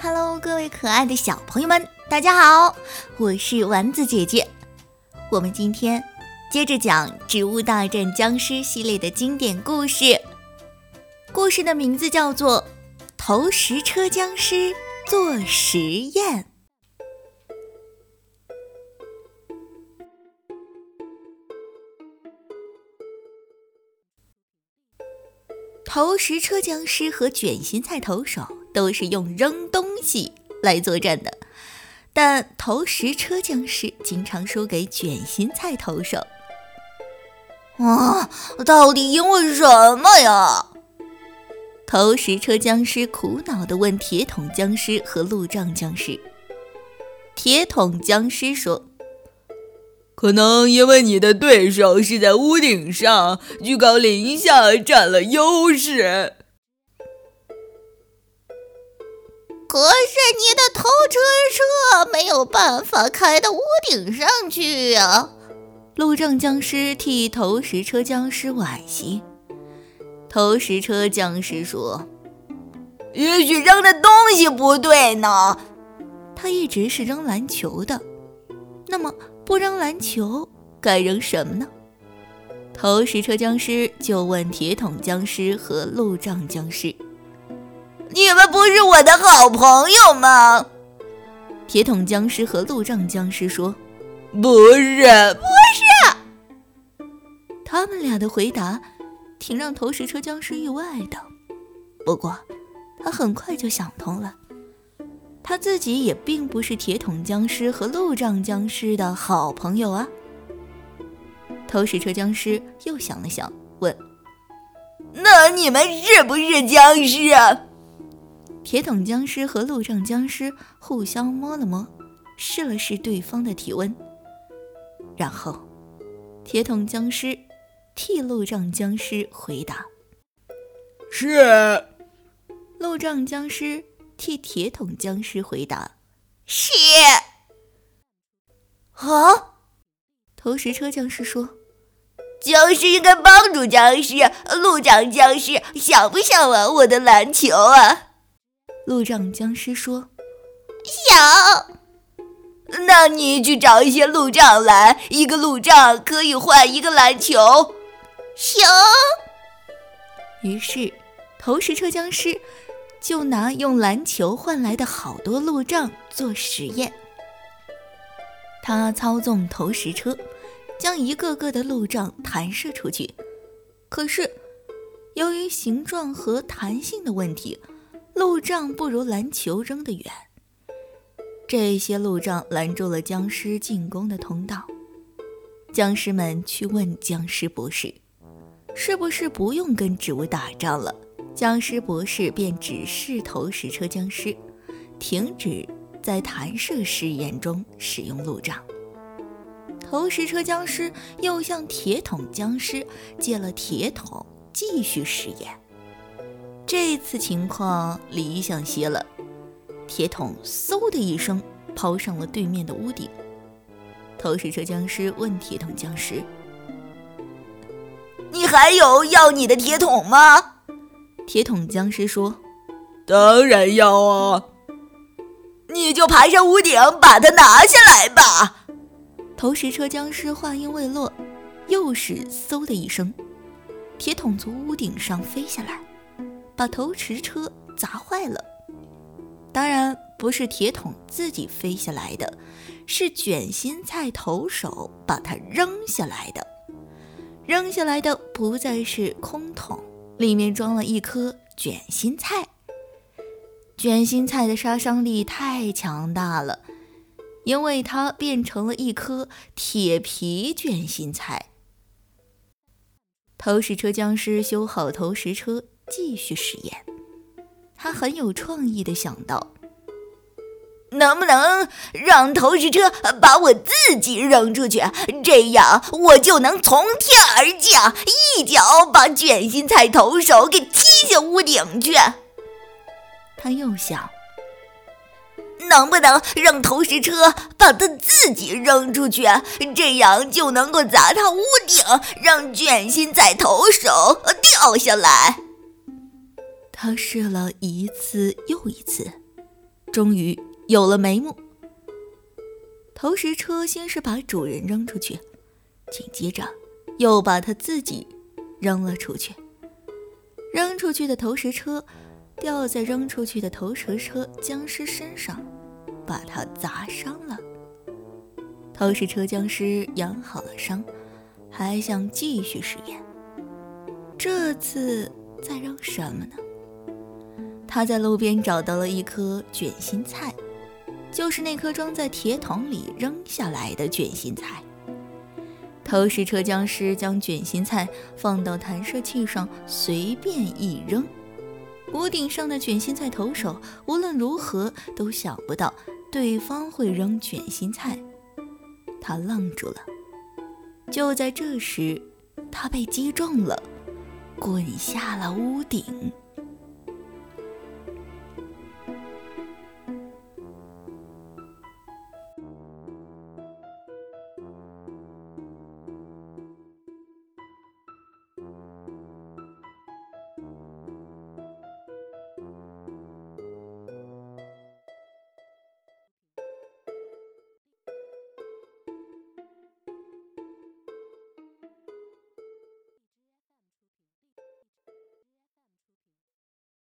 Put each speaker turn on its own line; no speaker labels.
Hello， 各位可爱的小朋友们，大家好，我是丸子姐姐。我们今天接着讲《植物大战僵尸》系列的经典故事，故事的名字叫做《投石车僵尸做实验》。投石车僵尸和卷心菜投手都是用扔东西来作战的，但投石车僵尸经常输给卷心菜投手。
到底因为什么呀？
投石车僵尸苦恼地问铁桶僵尸和路障僵尸。铁桶僵尸说，
可能因为你的对手是在屋顶上，居高临下占了优势。
可是你的投石车没有办法开到屋顶上去啊！
路障僵尸替投石车僵尸惋惜。投石车僵尸说，
也许扔的东西不对呢。
他一直是扔篮球的，那么不扔篮球该扔什么呢？投石车僵尸就问铁桶僵尸和路障僵尸，
你们不是我的好朋友吗？
铁桶僵尸和路障僵尸说，
不是。
他们俩的回答挺让投石车僵尸意外的，不过他很快就想通了，他自己也并不是铁桶僵尸和路障僵尸的好朋友啊。投石车僵尸又想了想，问，
那你们是不是僵尸啊？
铁桶僵尸和路障僵尸互相摸了摸，试了试对方的体温，然后铁桶僵尸替路障僵尸回答，
是。
路障僵尸替铁桶僵尸回答，
是。
投石车僵尸说，
僵尸应该帮助僵尸，路障僵尸想不想玩我的篮球啊？
路障僵尸说，
想。那你去找一些路障来，一个路障可以换一个篮球。行。
于是投石车僵尸就拿用篮球换来的好多路障做实验。他操纵投石车将一个个的路障弹射出去，可是由于形状和弹性的问题，路障不如篮球扔得远。这些路障拦住了僵尸进攻的通道。僵尸们去问僵尸博士，是不是不用跟植物打仗了？僵尸博士便指示投石车僵尸停止在弹射试验中使用路障。投石车僵尸又向铁桶僵尸借了铁桶继续实验。这次情况理想些了，铁桶嗖的一声抛上了对面的屋顶。投石车僵尸问铁桶僵尸，
你还有要你的铁桶吗？
铁桶僵尸说，
当然要啊。
你就爬上屋顶把它拿下来吧。
投石车僵尸话音未落，又是嗖的一声，铁桶从屋顶上飞下来，把投石车砸坏了。当然不是铁桶自己飞下来的，是卷心菜投手把它扔下来的。扔下来的不再是空桶，里面装了一颗卷心菜。卷心菜的杀伤力太强大了，因为它变成了一颗铁皮卷心菜。投石车僵尸修好投石车，继续实验。他很有创意地想到，
能不能让投石车把我自己扔出去，这样我就能从天而降，一脚把卷心菜投手给踢下屋顶去。
他又想，
能不能让投石车把它自己扔出去，这样就能够砸到屋顶，让卷心菜投手掉下来。
他试了一次又一次， 终于有了眉目。投石车先是把主人扔出去，紧接着又把他自己扔了出去。扔出去的投石车掉在扔出去的投石车僵尸身上，把他砸伤了。投石车僵尸养好了伤，还想继续实验。这次在扔什么呢？他在路边找到了一颗卷心菜，就是那颗装在铁桶里扔下来的卷心菜。投石车僵尸将卷心菜放到弹射器上，随便一扔。屋顶上的卷心菜投手无论如何都想不到对方会扔卷心菜，他愣住了。就在这时，他被击中了，滚下了屋顶。